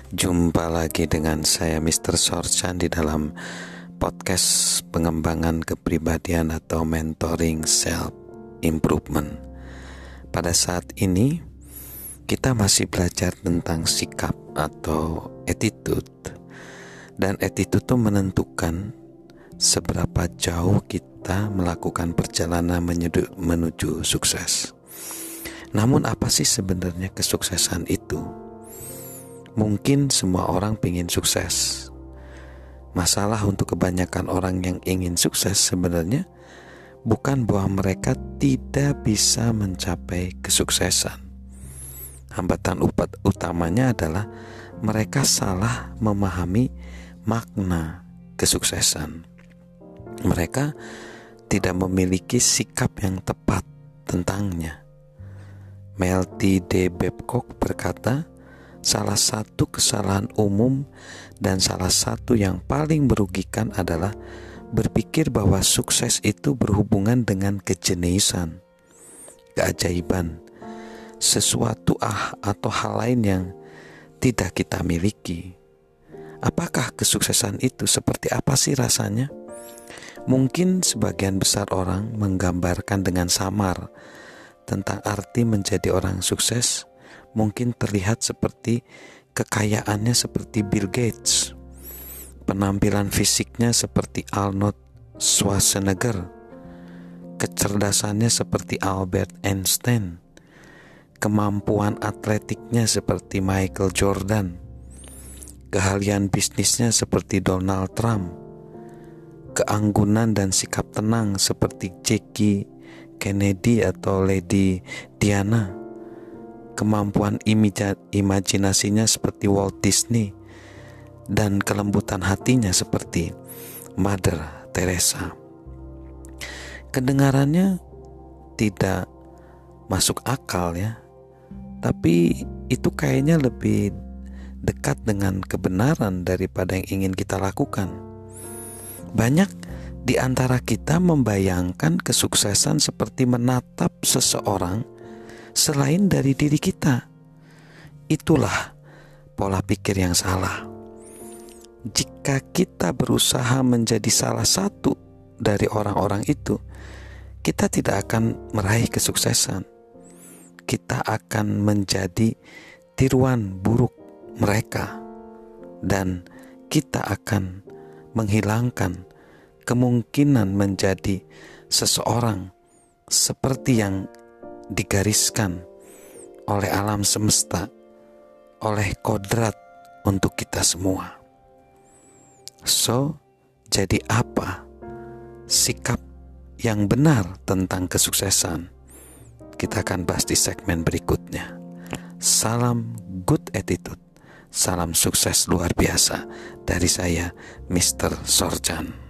Jumpa lagi dengan saya Mr. Sorchan di dalam podcast pengembangan kepribadian atau mentoring self improvement. Pada saat ini kita masih belajar tentang sikap atau attitude. Dan attitude itu menentukan seberapa jauh kita melakukan perjalanan menuju sukses. Namun apa sih sebenarnya kesuksesan itu? Mungkin semua orang ingin sukses. Masalah untuk kebanyakan orang yang ingin sukses sebenarnya bukan bahwa mereka tidak bisa mencapai kesuksesan. Hambatan utamanya adalah mereka salah memahami makna kesuksesan. Mereka tidak memiliki sikap yang tepat tentangnya. Melty D. Babcock berkata, salah satu kesalahan umum dan salah satu yang paling merugikan adalah berpikir bahwa sukses itu berhubungan dengan kejeniusan, keajaiban, sesuatu atau hal lain yang tidak kita miliki. Apakah kesuksesan itu? Seperti apa sih rasanya? Mungkin sebagian besar orang menggambarkan dengan samar tentang arti menjadi orang sukses. Mungkin terlihat seperti kekayaannya seperti Bill Gates, penampilan fisiknya seperti Arnold Schwarzenegger, kecerdasannya seperti Albert Einstein, kemampuan atletiknya seperti Michael Jordan, keahlian bisnisnya seperti Donald Trump, keanggunan dan sikap tenang seperti Jackie Kennedy atau Lady Diana, kemampuan imajinasinya seperti Walt Disney, dan kelembutan hatinya seperti Mother Teresa. Kedengarannya tidak masuk akal ya, tapi itu kayaknya lebih dekat dengan kebenaran daripada yang ingin kita lakukan. Banyak di antara kita membayangkan kesuksesan seperti menatap seseorang selain dari diri kita. Itulah pola pikir yang salah. Jika kita berusaha menjadi salah satu dari orang-orang itu, kita tidak akan meraih kesuksesan. Kita akan menjadi tiruan buruk mereka, dan kita akan menghilangkan kemungkinan menjadi seseorang seperti yang digariskan oleh alam semesta, oleh kodrat untuk kita semua. So, jadi apa sikap yang benar tentang kesuksesan? Kita akan bahas di segmen berikutnya. Salam good attitude, salam sukses luar biasa dari saya, Mr. Sorchan.